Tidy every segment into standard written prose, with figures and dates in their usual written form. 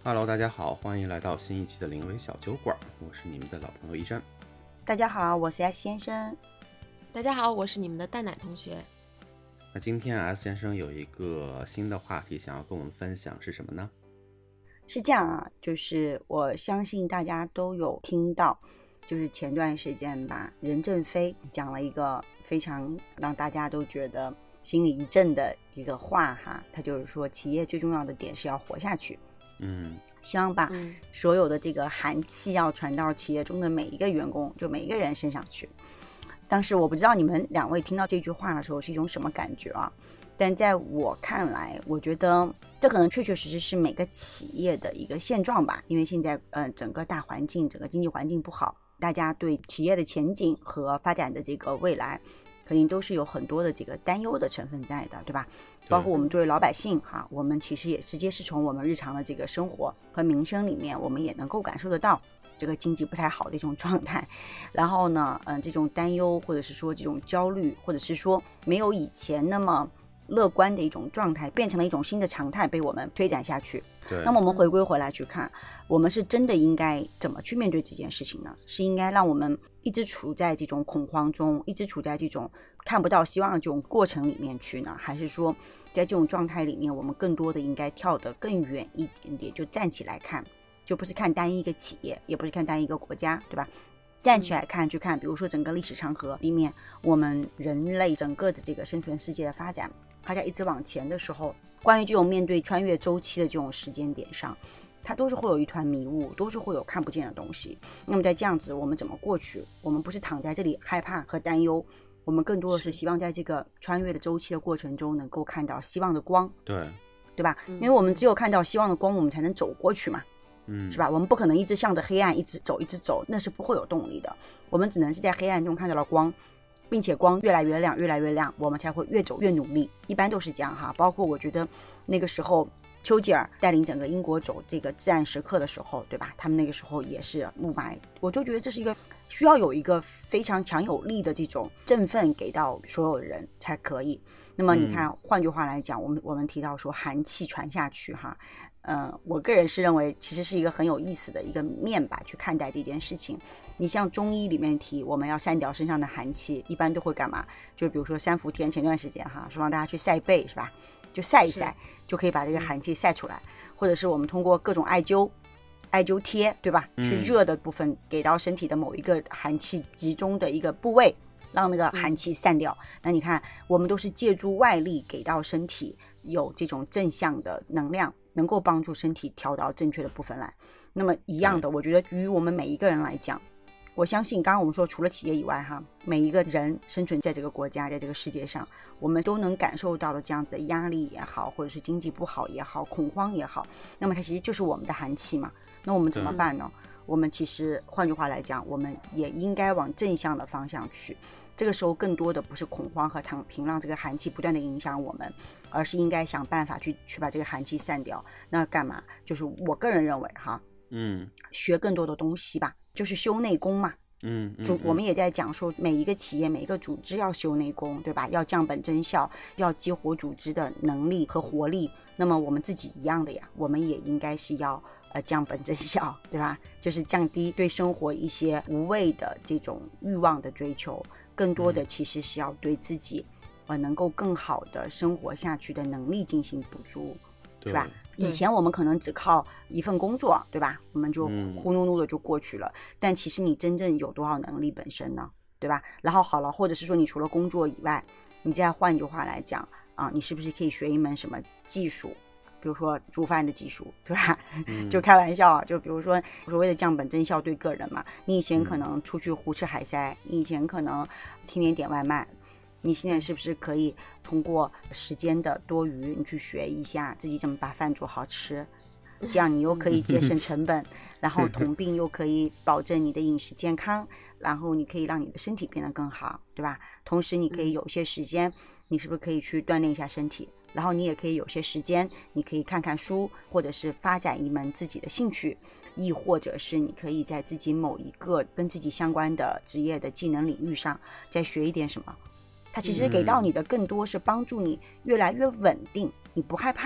Hello， 大家好，欢迎来到新一期的临危小酒馆，我是你们的老朋友一山。 大家好，我是 S 先生。 大家好，我是你们的蛋奶同学。 那今天 S 先生有一个新的话题想要跟我们分享，是什么呢？ 是这样啊，就是我相信大家都有听到，就是前段时间吧，任正非讲了一个非常让大家都觉得心里一震的一个话哈，他就是说企业最重要的点是要活下去。希望把所有的这个寒气要传到企业中的每一个员工，就每一个人身上去。当时我不知道你们两位听到这句话的时候是一种什么感觉啊？但在我看来，我觉得这可能确确实实是每个企业的一个现状吧。因为现在整个大环境，整个经济环境不好，大家对企业的前景和发展的这个未来肯定都是有很多的这个担忧的成分在的，对吧？包括我们作为老百姓哈，我们其实也直接是从我们日常的这个生活和民生里面，我们也能够感受得到这个经济不太好的一种状态。然后呢，这种担忧或者是说这种焦虑，或者是说没有以前那么乐观的一种状态，变成了一种新的常态被我们推展下去。那么我们回归回来去看，我们是真的应该怎么去面对这件事情呢？是应该让我们一直处在这种恐慌中，一直处在这种看不到希望的这种过程里面去呢？还是说在这种状态里面，我们更多的应该跳得更远一点点，就站起来看，就不是看单一一个企业，也不是看单一一个国家，对吧？站起来看，去看比如说整个历史长河里面，我们人类整个的这个生存世界的发展，它在一直往前的时候，关于这种面对穿越周期的这种时间点上，它都是会有一团迷雾，都是会有看不见的东西。那么在这样子我们怎么过去？我们不是躺在这里害怕和担忧，我们更多的是希望在这个穿越的周期的过程中能够看到希望的光，对吧？因为我们只有看到希望的光，我们才能走过去嘛，是吧？我们不可能一直向着黑暗一直走，那是不会有动力的。我们只能是在黑暗中看到了光，并且光越来越亮越来越亮，我们才会越走越努力，一般都是这样哈。包括我觉得那个时候丘吉尔带领整个英国走这个至暗时刻的时候，对吧？他们那个时候也是雾霾，我就觉得这是一个需要有一个非常强有力的这种振奋给到所有人才可以。那么你看，换句话来讲，我们提到说寒气传下去哈，我个人是认为其实是一个很有意思的一个面吧，去看待这件事情。你像中医里面提我们要散掉身上的寒气，一般都会干嘛？就比如说三伏天前段时间哈，说让大家去晒背，是吧？就晒一晒就可以把这个寒气晒出来，或者是我们通过各种艾灸贴，对吧？去热的部分给到身体的某一个寒气集中的一个部位，让那个寒气散掉。那你看，我们都是借助外力给到身体有这种正向的能量，能够帮助身体调到正确的部分来。那么一样的，我觉得于我们每一个人来讲，我相信刚刚我们说除了企业以外哈，每一个人生存在这个国家，在这个世界上，我们都能感受到的这样子的压力也好，或者是经济不好也好，恐慌也好，那么它其实就是我们的寒气嘛。那我们怎么办呢？我们其实换句话来讲，我们也应该往正向的方向去。这个时候更多的不是恐慌和躺平，让这个寒气不断的影响我们，而是应该想办法去把这个寒气散掉。那干嘛？就是我个人认为哈，学更多的东西吧，就是修内功嘛。我们也在讲说，每一个企业每一个组织要修内功，对吧？要降本增效，要激活组织的能力和活力。那么我们自己一样的呀，我们也应该是要降本增效，对吧？就是降低对生活一些无谓的这种欲望的追求，更多的其实是要对自己能够更好的生活下去的能力进行补足，是吧？以前我们可能只靠一份工作，对吧？我们就呼噜噜的就过去了，但其实你真正有多少能力本身呢？对吧？然后好了，或者是说你除了工作以外，你再换句话来讲啊，你是不是可以学一门什么技术？比如说煮饭的技术，对吧？就开玩笑啊，就比如说所谓的降本增效对个人嘛，你以前可能出去胡吃海塞，你以前可能天天点外卖，你现在是不是可以通过时间的多余，你去学一下自己怎么把饭做好吃，这样你又可以节省成本，然后同病又可以保证你的饮食健康，然后你可以让你的身体变得更好，对吧？同时你可以有些时间，你是不是可以去锻炼一下身体，然后你也可以有些时间，你可以看看书，或者是发展一门自己的兴趣，亦或者是你可以在自己某一个跟自己相关的职业的技能领域上再学一点什么。它其实给到你的更多是帮助你越来越稳定，你不害怕，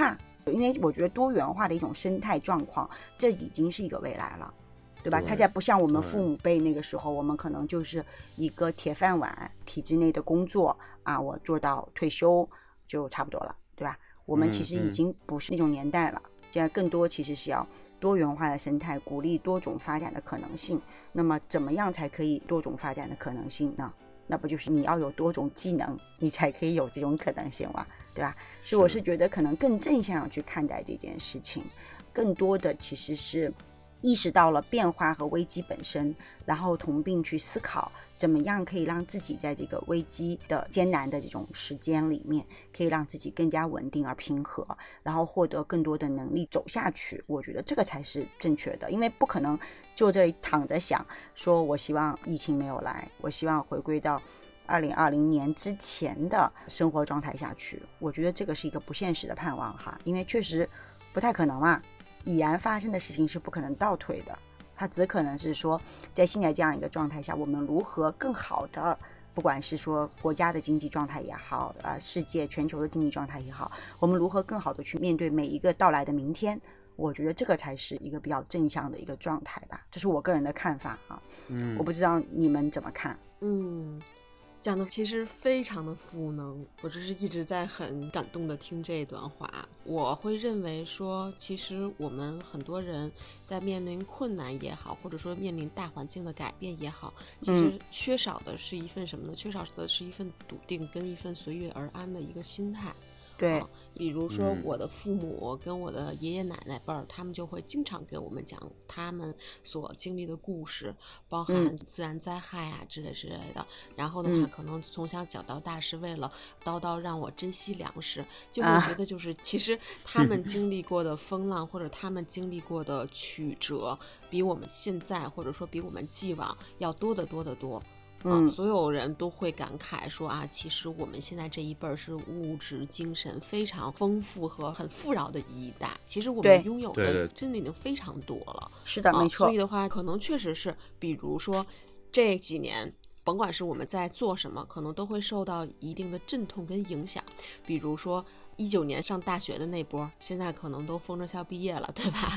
因为我觉得多元化的一种生态状况，这已经是一个未来了，对吧？ 对它才不像我们父母辈那个时候，我们可能就是一个铁饭碗，体制内的工作啊，我做到退休就差不多了，对吧？我们其实已经不是那种年代了，现在更多其实是要多元化的生态，鼓励多种发展的可能性。那么怎么样才可以多种发展的可能性呢？那不就是你要有多种技能，你才可以有这种可能性嘛，对吧？所以我是觉得可能更正向去看待这件事情，更多的其实是意识到了变化和危机本身，然后同并去思考怎么样可以让自己在这个危机的艰难的这种时间里面，可以让自己更加稳定而平和，然后获得更多的能力走下去。我觉得这个才是正确的，因为不可能就这里躺着想说我希望疫情没有来，我希望回归到2020年之前的生活状态下去。我觉得这个是一个不现实的盼望哈，因为确实不太可能嘛，已然发生的事情是不可能倒退的，它只可能是说在现在这样一个状态下，我们如何更好的，不管是说国家的经济状态也好，世界全球的经济状态也好，我们如何更好的去面对每一个到来的明天。我觉得这个才是一个比较正向的一个状态吧，这是我个人的看法啊。我不知道你们怎么看。 讲的其实非常的赋能，我就是一直在很感动的听这一段话。我会认为说，其实我们很多人在面临困难也好，或者说面临大环境的改变也好，其实缺少的是一份什么呢？缺少的是一份笃定跟一份随遇而安的一个心态。 对， 比如说我的父母跟我的爷爷奶奶辈儿，他们就会经常给我们讲他们所经历的故事，包含自然灾害啊之类的。然后的话，可能从小讲到大是为了叨叨让我珍惜粮食，就会觉得就是其实他们经历过的风浪或者他们经历过的曲折，比我们现在或者说比我们既往要多得多得多。所有人都会感慨说啊，其实我们现在这一辈儿是物质精神非常丰富和很富饶的一代，其实我们拥有的真的已经非常多了。 是的，没错。 所以的话，可能确实是，比如说这几年，甭管是我们在做什么，可能都会受到一定的阵痛跟影响。比如说19年上大学的那波，现在可能都封着校毕业了，对吧？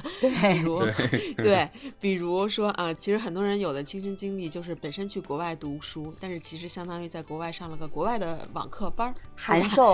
比如说其实很多人有的亲身经历就是本身去国外读书，但是其实相当于在国外上了个国外的网课班， 函授。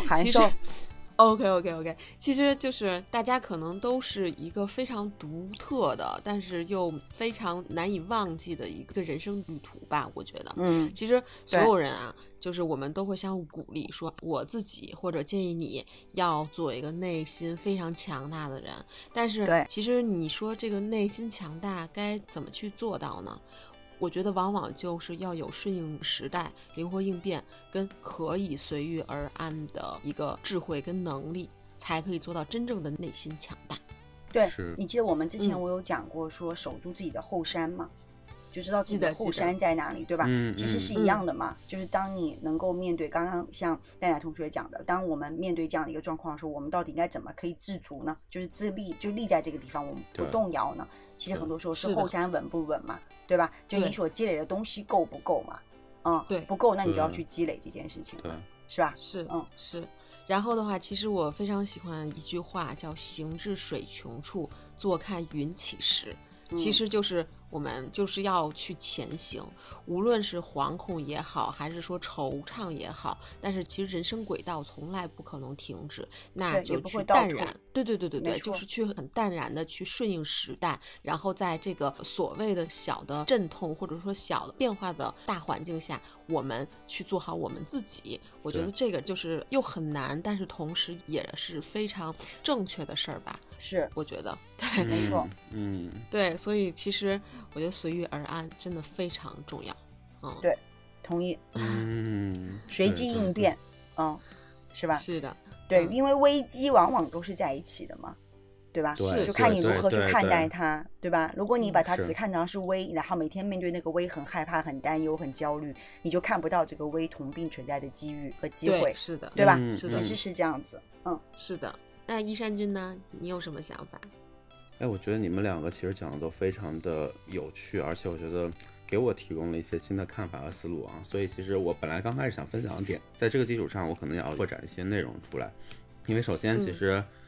OK， 其实就是大家可能都是一个非常独特的，但是又非常难以忘记的一个人生旅途吧，我觉得。其实所有人就是我们都会相互鼓励，说我自己或者建议你要做一个内心非常强大的人。但是其实你说这个内心强大该怎么去做到呢？我觉得往往就是要有顺应时代、灵活应变跟可以随遇而安的一个智慧跟能力，才可以做到真正的内心强大。 对，你记得我们之前我有讲过说守住自己的后山吗？就知道自己的后山在哪里，对吧？其实是一样的嘛，就是当你能够面对刚刚像戴奶同学讲的，当我们面对这样的一个状况的时候，我们到底应该怎么可以自足呢？就是自立，就立在这个地方，我们不动摇呢？其实很多时候是后山稳不稳嘛，对吧？就你所积累的东西够不够嘛？对，不够，那你就要去积累这件事情，是吧？ 是。然后的话，其实我非常喜欢一句话，叫"行至水穷处，坐看云起时"。其实就是我们就是要去前行，无论是惶恐也好，还是说惆怅也好，但是其实人生轨道从来不可能停止，那就去淡然，对，就是去很淡然的去顺应时代，然后在这个所谓的小的阵痛或者说小的变化的大环境下，我们去做好我们自己。我觉得这个就是又很难，但是同时也是非常正确的事儿吧。 是， 我觉得对， 没错， 对，所以其实我觉得随遇而安真的非常重要。 对，同意。随机应变，是吧？ 是的， 对，因为危机往往都是在一起的嘛，对吧？就看你如何去看待它，对吧？如果你把它只看成是危，然后每天面对那个危很害怕、很担忧、很焦虑，你就看不到这个危同并存在的机遇和机会， 是的， 对吧？ 是的， 其实是这样子， 是的。那依山君呢？你有什么想法？ 我觉得你们两个其实讲的都非常的有趣，而且我觉得给我提供了一些新的看法和思路所以其实我本来刚开始想分享的点，在这个基础上我可能也要拓展一些内容出来。因为首先其实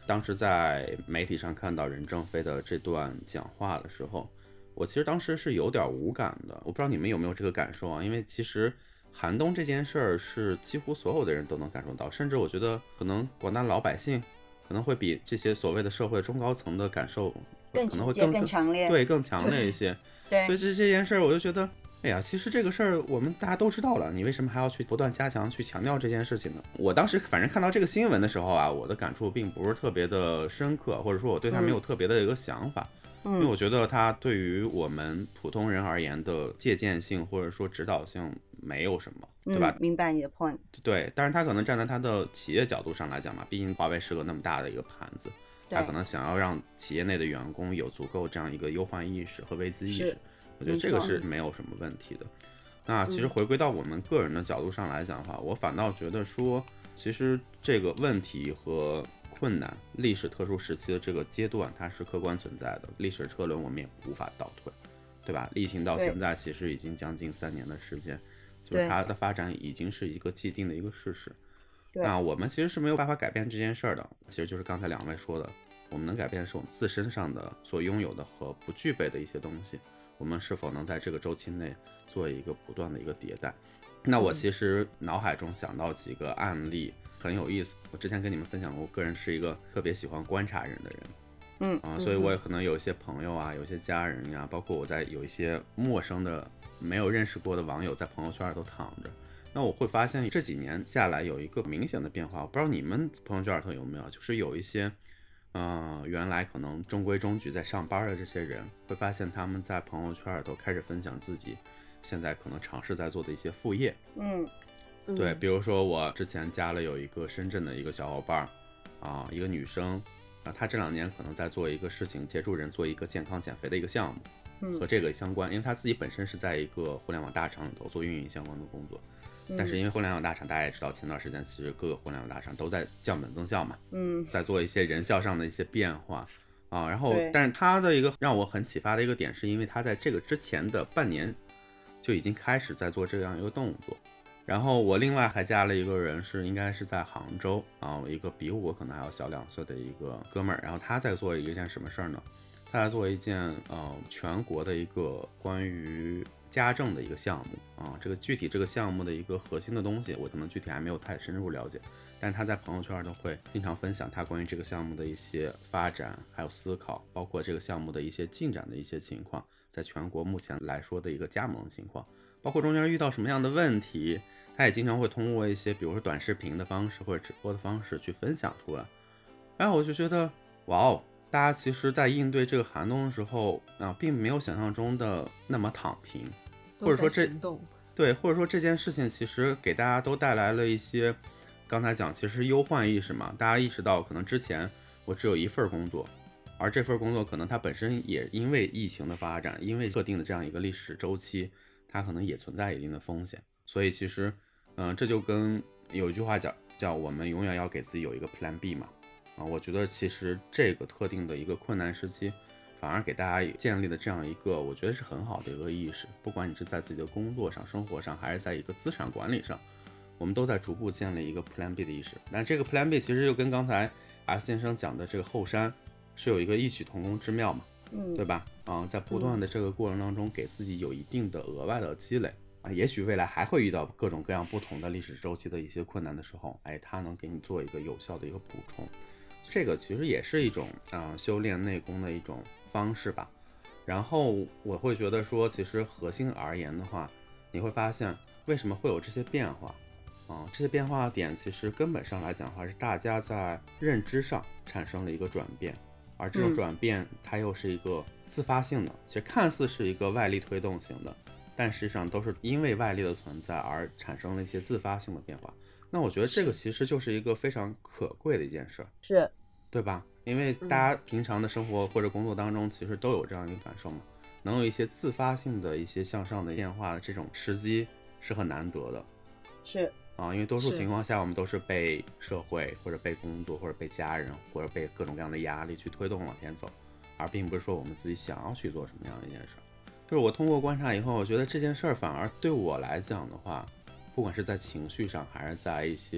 当时在媒体上看到任正非的这段讲话的时候，我其实当时是有点无感的。我不知道你们有没有这个感受啊？因为其实寒冬这件事儿是几乎所有的人都能感受到，甚至我觉得可能广大老百姓可能会比这些所谓的社会中高层的感受更可能会更强烈， 对，更强烈一些。 对， 所以这件事儿我就觉得，哎呀，其实这个事儿我们大家都知道了，你为什么还要去不断加强去强调这件事情呢？我当时反正看到这个新闻的时候啊，我的感触并不是特别的深刻，或者说我对他没有特别的一个想法。因为我觉得它对于我们普通人而言的借鉴性或者说指导性没有什么，对吧？ 明白你的 point。 对，但是他可能站在他的企业角度上来讲嘛，毕竟华为是个那么大的一个盘子，他可能想要让企业内的员工有足够这样一个忧患意识和危机意识，我觉得这个是没有什么问题的。那其实回归到我们个人的角度上来讲的话，我反倒觉得说，其实这个问题和困难，历史特殊时期的这个阶段，它是客观存在的。历史车轮我们也无法倒退，对吧？历行到现在，其实已经将近3年的时间，就是它的发展已经是一个既定的一个事实。那我们其实是没有办法改变这件事儿的，其实就是刚才2位说的，我们能改变的是我们自身上的所拥有的和不具备的一些东西，我们是否能在这个周期内做一个不断的一个迭代。那我其实脑海中想到几个案例很有意思，我之前跟你们分享过，我个人是一个特别喜欢观察人的人，所以我也可能有一些朋友啊，有一些家人呀，包括我在有一些陌生的没有认识过的网友在朋友圈都躺着。那我会发现这几年下来有一个明显的变化，我不知道你们朋友圈里头有没有，就是有一些原来可能中规中矩在上班的这些人，会发现他们在朋友圈里头开始分享自己现在可能尝试在做的一些副业。对，比如说我之前加了有一个深圳的一个小伙伴一个女生她这2年可能在做一个事情，协助人做一个健康减肥的一个项目，和这个相关，因为她自己本身是在一个互联网大厂里头做运营相关的工作，但是因为互联网大厂大家也知道，前段时间其实各个互联网大厂都在降本增效嘛，在做一些人效上的一些变化然后但是她的一个让我很启发的一个点，是因为她在这个之前的半年就已经开始在做这样一个动作。然后我另外还加了一个人，是应该是在杭州一个比我可能还要小2岁的一个哥们儿，然后他在做一件什么事儿呢？他在做一件全国的一个关于家政的一个项目这个具体这个项目的一个核心的东西，我可能具体还没有太深入了解，但是他在朋友圈都会经常分享他关于这个项目的一些发展，还有思考，包括这个项目的一些进展的一些情况，在全国目前来说的一个加盟情况，包括中间遇到什么样的问题，他也经常会通过一些比如说短视频的方式或者直播的方式去分享出来。然后我就觉得哇哦，大家其实在应对这个寒冬的时候并没有想象中的那么躺平，或者说这件事情其实给大家都带来了一些，刚才讲其实忧患意识嘛，大家意识到可能之前我只有一份工作，而这份工作可能它本身也因为疫情的发展，因为特定的这样一个历史周期，它可能也存在一定的风险。所以其实这就跟有一句话叫我们永远要给自己有一个 Plan B 嘛我觉得其实这个特定的一个困难时期，反而给大家建立了这样一个我觉得是很好的一个意识，不管你是在自己的工作上、生活上，还是在一个资产管理上，我们都在逐步建立一个 Plan B 的意识。但这个 Plan B 其实就跟刚才 S 先生讲的这个后山是有一个异曲同工之妙嘛，对吧？在不断的这个过程当中，给自己有一定的额外的积累也许未来还会遇到各种各样不同的历史周期的一些困难的时候，它能给你做一个有效的一个补充。这个其实也是一种修炼内功的一种方式吧。然后我会觉得说，其实核心而言的话，你会发现为什么会有这些变化这些变化点其实根本上来讲的话，是大家在认知上产生了一个转变，而这种转变它又是一个自发性的，其实看似是一个外力推动型的，但实际上都是因为外力的存在而产生了一些自发性的变化。那我觉得这个其实就是一个非常可贵的一件事， 是对吧？因为大家平常的生活或者工作当中其实都有这样一个感受嘛，能有一些自发性的一些向上的变化的这种时机是很难得的。 是因为多数情况下我们都是被社会或者被工作或者被家人或者被各种各样的压力去推动往前走，而并不是说我们自己想要去做什么样的一件事。就是我通过观察以后，我觉得这件事儿反而对我来讲的话，不管是在情绪上还是在一些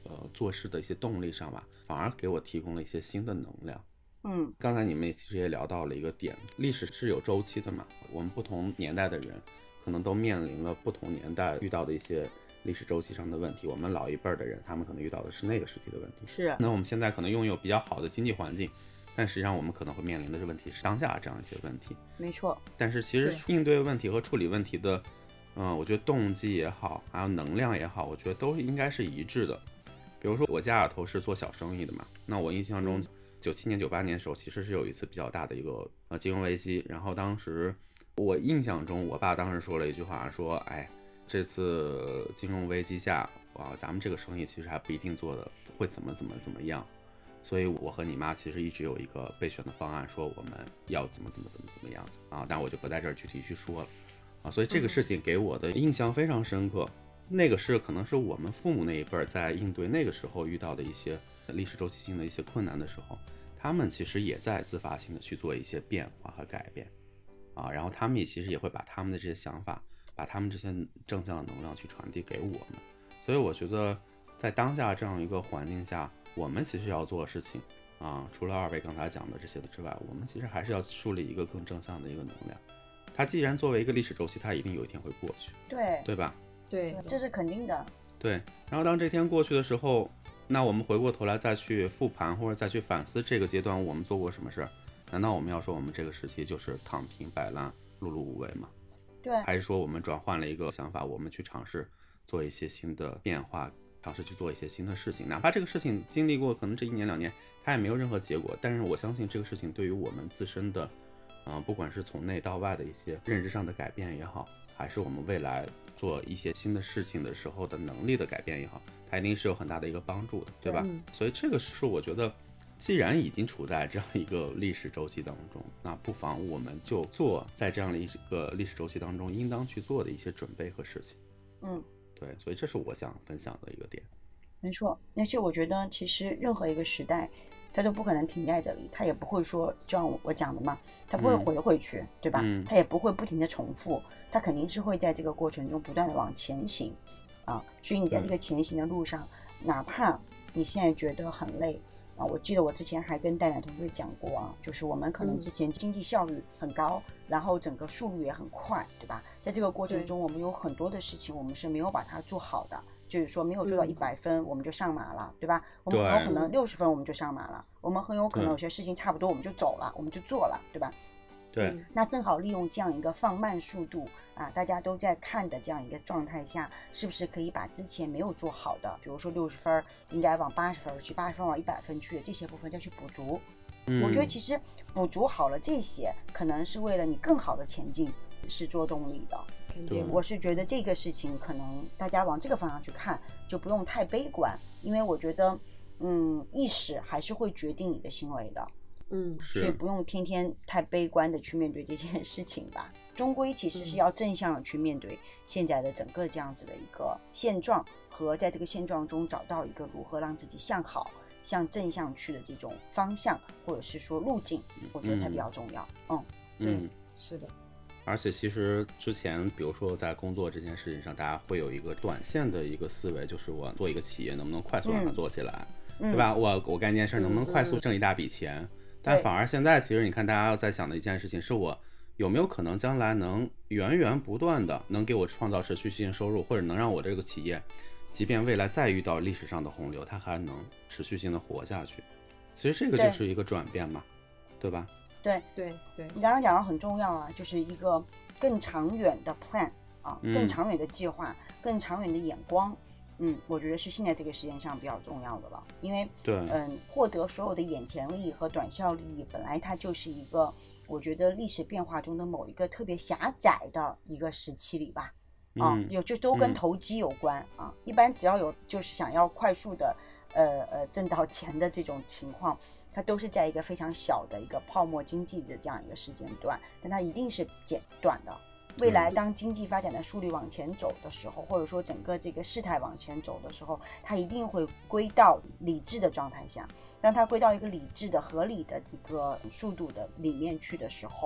做事的一些动力上吧，反而给我提供了一些新的能量。 刚才你们其实也聊到了一个点，历史是有周期的嘛，我们不同年代的人可能都面临了不同年代遇到的一些历史周期上的问题，我们老一辈的人他们可能遇到的是那个时期的问题， 是。 那我们现在可能拥有比较好的经济环境，但实际上我们可能会面临的问题是当下这样一些问题。 没错。 但是其实应对问题和处理问题的我觉得动机也好，还有能量也好，我觉得都应该是一致的。比如说我家里头是做小生意的嘛，那我印象中97年98年的时候其实是有一次比较大的一个金融危机，然后当时我印象中我爸当时说了一句话，说这次金融危机下咱们这个生意其实还不一定做的会怎么样，所以我和你妈其实一直有一个备选的方案，说我们要怎么样子但我就不在这儿具体去说了所以这个事情给我的印象非常深刻。那个是可能是我们父母那一辈在应对那个时候遇到的一些历史周期性的一些困难的时候，他们其实也在自发性的去做一些变化和改变然后他们也其实也会把他们的这些想法，把他们这些正向的能量去传递给我们。所以我觉得在当下这样一个环境下，我们其实要做的事情除了二位刚才讲的这些之外，我们其实还是要树立一个更正向的一个能量。它既然作为一个历史周期，它一定有一天会过去，对吧？ 对， 这是肯定的。 对，然后当这天过去的时候，那我们回过头来再去复盘或者再去反思这个阶段我们做过什么事儿，难道我们要说我们这个时期就是躺平摆烂碌碌无为吗？ 对， 还是说我们转换了一个想法，我们去尝试做一些新的变化，尝试去做一些新的事情，哪怕这个事情经历过可能这1年2年它也没有任何结果，但是我相信这个事情对于我们自身的不管是从内到外的一些认知上的改变也好，还是我们未来做一些新的事情的时候的能力的改变也好，它一定是有很大的一个帮助的，对吧？所以这个是我觉得既然已经处在这样一个历史周期当中，那不妨我们就做在这样的一个历史周期当中应当去做的一些准备和事情。对，所以这是我想分享的一个点。 没错，而且我觉得其实任何一个时代它都不可能停在这里，它也不会说就像我讲的嘛，它不会回去，对吧？它也不会不停的重复，它肯定是会在这个过程中不断的往前行所以你在这个前行的路上，哪怕你现在觉得很累我记得我之前还跟戴奶同学讲过就是我们可能之前经济效率很高，然后整个速率也很快，对吧？在这个过程中我们有很多的事情我们是没有把它做好的，就是说没有做到100分我们就上马了，对吧？我们很有可能60分我们就上马了，我们很有可能有些事情差不多我们就走了，我们就做了，对吧？ 对， 那正好利用这样一个放慢速度大家都在看的这样一个状态下，是不是可以把之前没有做好的，比如说60分应该往80分去，80分往100分去的这些部分再去补足我觉得其实补足好了这些，可能是为了你更好的前进是做动力的。我是觉得这个事情可能大家往这个方向去看，就不用太悲观，因为我觉得意识还是会决定你的行为的。所以不用天天太悲观的去面对这件事情吧，终归其实是要正向的去面对现在的整个这样子的一个现状，和在这个现状中找到一个如何让自己向好向正向去的这种方向或者是说路径，我觉得才比较重要。 是的。 而且其实之前比如说在工作这件事情上，大家会有一个短线的一个思维，就是我做一个企业能不能快速让它做起来，对吧？我干一件事能不能快速挣一大笔钱，但反而现在其实你看大家要在想的一件事情是，我有没有可能将来能源源不断的能给我创造持续性收入，或者能让我这个企业即便未来再遇到历史上的洪流，它还能持续性的活下去。其实这个就是一个转变嘛，对吧？ 对， 你刚刚讲到很重要就是一个更长远的 plan 更长远的计划，更长远的眼光。我觉得是现在这个时间上比较重要的了，因为获得所有的眼前利益和短效利益，本来它就是一个我觉得历史变化中的某一个特别狭窄的一个时期里吧。就都跟投机有关一般只要有就是想要快速的挣到钱的这种情况，它都是在一个非常小的一个泡沫经济的这样一个时间段，但它一定是简短的。未来当经济发展的速率往前走的时候，或者说整个这个事态往前走的时候，它一定会归到理智的状态下。当它归到一个理智的合理的一个速度的里面去的时候，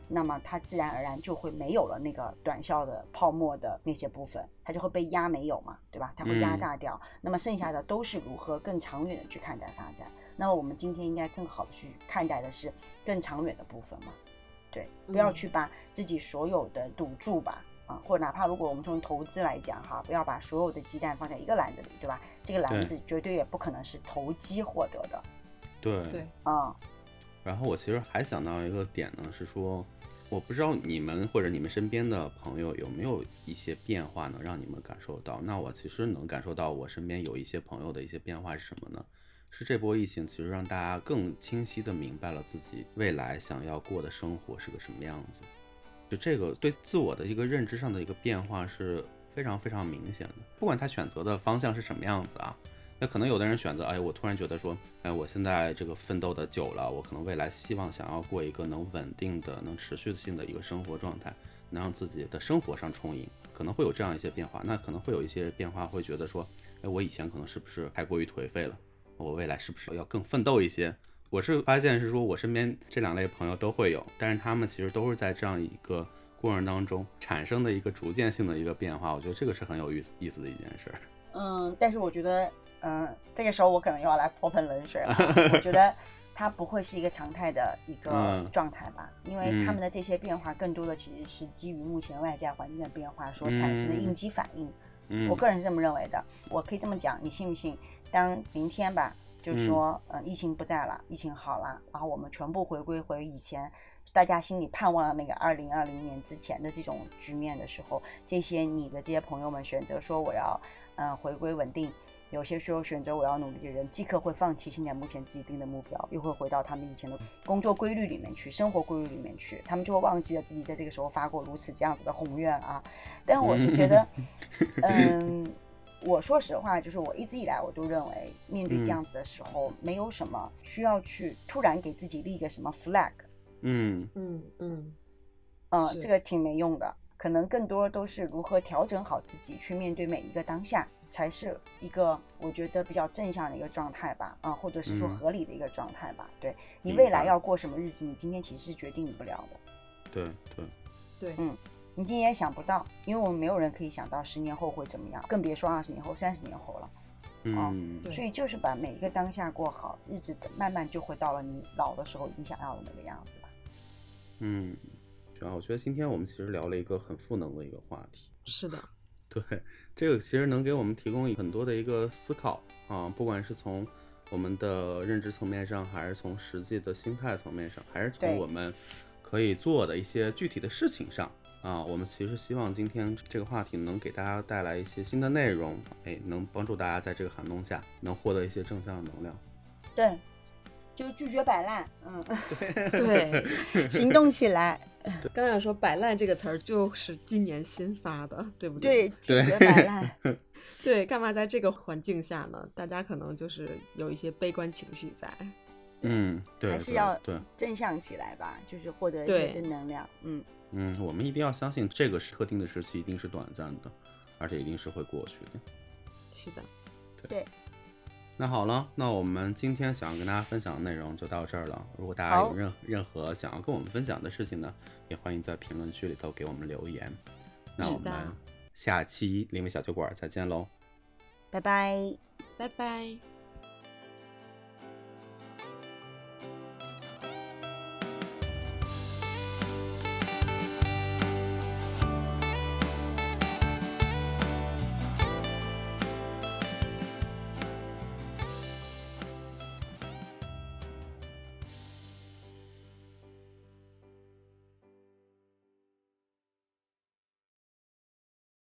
那么它自然而然就会没有了那个短效的泡沫的那些部分，它就会被压没有嘛，对吧？它会压榨掉。那么剩下的都是如何更长远的去看待发展。那么我们今天应该更好的去看待的是更长远的部分嘛，对，不要去把自己所有的赌注吧，或者哪怕如果我们从投资来讲哈，不要把所有的鸡蛋放在一个篮子里，对吧？这个篮子绝对也不可能是投机获得的。 对，然后我其实还想到一个点呢，是说，我不知道你们或者你们身边的朋友有没有一些变化能让你们感受到。那我其实能感受到我身边有一些朋友的一些变化是什么呢？是这波疫情其实让大家更清晰地明白了自己未来想要过的生活是个什么样子。就这个对自我的一个认知上的一个变化是非常非常明显的，不管他选择的方向是什么样子啊。那可能有的人选择，我突然觉得说，我现在这个奋斗的久了，我可能未来希望想要过一个能稳定的、能持续性的一个生活状态，能让自己的生活上充盈，可能会有这样一些变化。那可能会有一些变化会觉得说，我以前可能是不是太过于颓废了，我未来是不是要更奋斗一些。我是发现是说我身边这两类朋友都会有，但是他们其实都是在这样一个过程当中产生的一个逐渐性的一个变化。我觉得这个是很有意思的一件事。 但是我觉得这个时候我可能又要来泼盆冷水了。我觉得它不会是一个常态的一个状态吧，因为他们的这些变化更多的其实是基于目前外在环境的变化所产生的应激反应。我个人是这么认为的。我可以这么讲，你信不信？当明天吧，就是说疫情不在了，疫情好了，然后我们全部回归回以前大家心里盼望的那个2020年之前的这种局面的时候，这些你的这些朋友们选择说我要回归稳定，有些时候选择我要努力的人，即刻会放弃现在目前自己定的目标，又会回到他们以前的工作规律里面去，生活规律里面去，他们就会忘记了自己在这个时候发过如此这样子的宏愿啊。但我是觉得我说实话，就是我一直以来我都认为面对这样子的时候，没有什么需要去突然给自己立一个什么 flag。这个挺没用的，可能更多都是如何调整好自己去面对每一个当下，才是一个我觉得比较正向的一个状态吧，或者是说合理的一个状态吧。对，你未来要过什么日子，你今天其实是决定不了的。 对， 你今天也想不到，因为我们没有人可以想到10年后会怎么样，更别说20年后、30年后了。所以就是把每一个当下过好，日子慢慢就会到了你老的时候你想要的那个样子吧。 主要我觉得今天我们其实聊了一个很赋能的一个话题。 是的， 对，这个其实能给我们提供很多的一个思考不管是从我们的认知层面上，还是从实际的心态层面上，还是从我们可以做的一些具体的事情上我们其实希望今天这个话题能给大家带来一些新的内容，能帮助大家在这个寒冬下能获得一些正向的能量。 对，就拒绝摆烂。 对， 行动起来。 刚才说摆烂这个词儿就是今年新发的，对不对？ 对，拒绝摆烂。 对，干嘛在这个环境下呢？大家可能就是有一些悲观情绪在。 对， 还是要正向起来吧，就是获得一些正能量。 我们一定要相信这个特定的时期一定是短暂的，而且一定是会过去的。 是的， 对。 那好了，那我们今天想要跟大家分享的内容就到这儿了。如果大家有任何想要跟我们分享的事情呢，也欢迎在评论区里头给我们留言。那我们下期灵媒小酒馆再见喽， 拜拜， 拜拜。